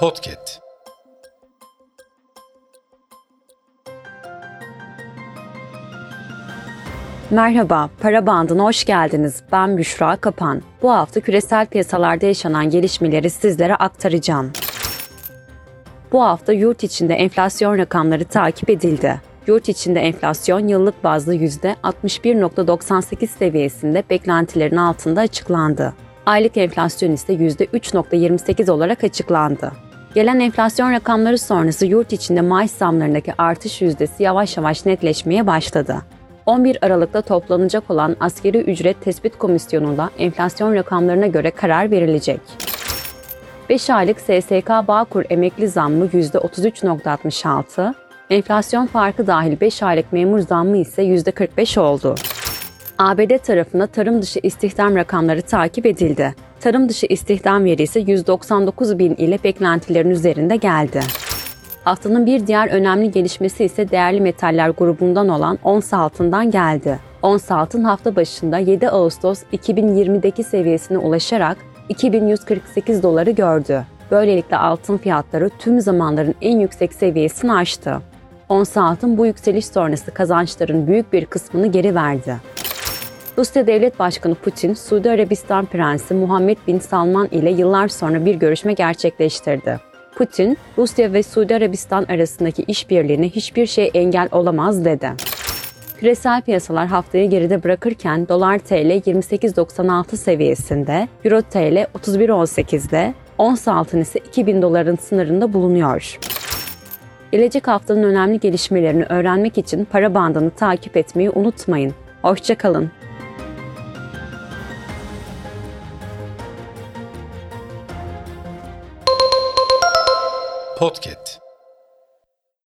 Podcast. Merhaba, Para Bandı'na hoş geldiniz. Ben Büşra Kapan. Bu hafta küresel piyasalarda yaşanan gelişmeleri sizlere aktaracağım. Bu hafta yurt içinde enflasyon rakamları takip edildi. Yurt içinde enflasyon yıllık bazda %61.98 seviyesinde beklentilerin altında açıklandı. Aylık enflasyon ise %3.28 olarak açıklandı. Gelen enflasyon rakamları sonrası yurt içinde maaş zamlarındaki artış yüzdesi yavaş yavaş netleşmeye başladı. 11 Aralık'ta toplanacak olan Asgari Ücret Tespit Komisyonu'nda enflasyon rakamlarına göre karar verilecek. 5 aylık SSK Bağkur emekli zammı %33.66, enflasyon farkı dahil 5 aylık memur zammı ise %45 oldu. ABD tarafına tarım dışı istihdam rakamları takip edildi. Tarım dışı istihdam verisi 199 bin ile beklentilerin üzerinde geldi. Haftanın bir diğer önemli gelişmesi ise değerli metaller grubundan olan ons altından geldi. Ons altın hafta başında 7 Ağustos 2020'deki seviyesine ulaşarak 2148 doları gördü. Böylelikle altın fiyatları tüm zamanların en yüksek seviyesini aştı. Ons altın bu yükseliş sonrası kazançların büyük bir kısmını geri verdi. Rusya Devlet Başkanı Putin, Suudi Arabistan Prensi Muhammed Bin Salman ile yıllar sonra bir görüşme gerçekleştirdi. Putin, Rusya ve Suudi Arabistan arasındaki işbirliğine hiçbir şey engel olamaz dedi. Küresel piyasalar haftayı geride bırakırken dolar TL 28.96 seviyesinde, euro TL 31.18'de, ons altın ise 2000 doların sınırında bulunuyor. Gelecek haftanın önemli gelişmelerini öğrenmek için Para Bandı'nı takip etmeyi unutmayın. Hoşça kalın. Podcast.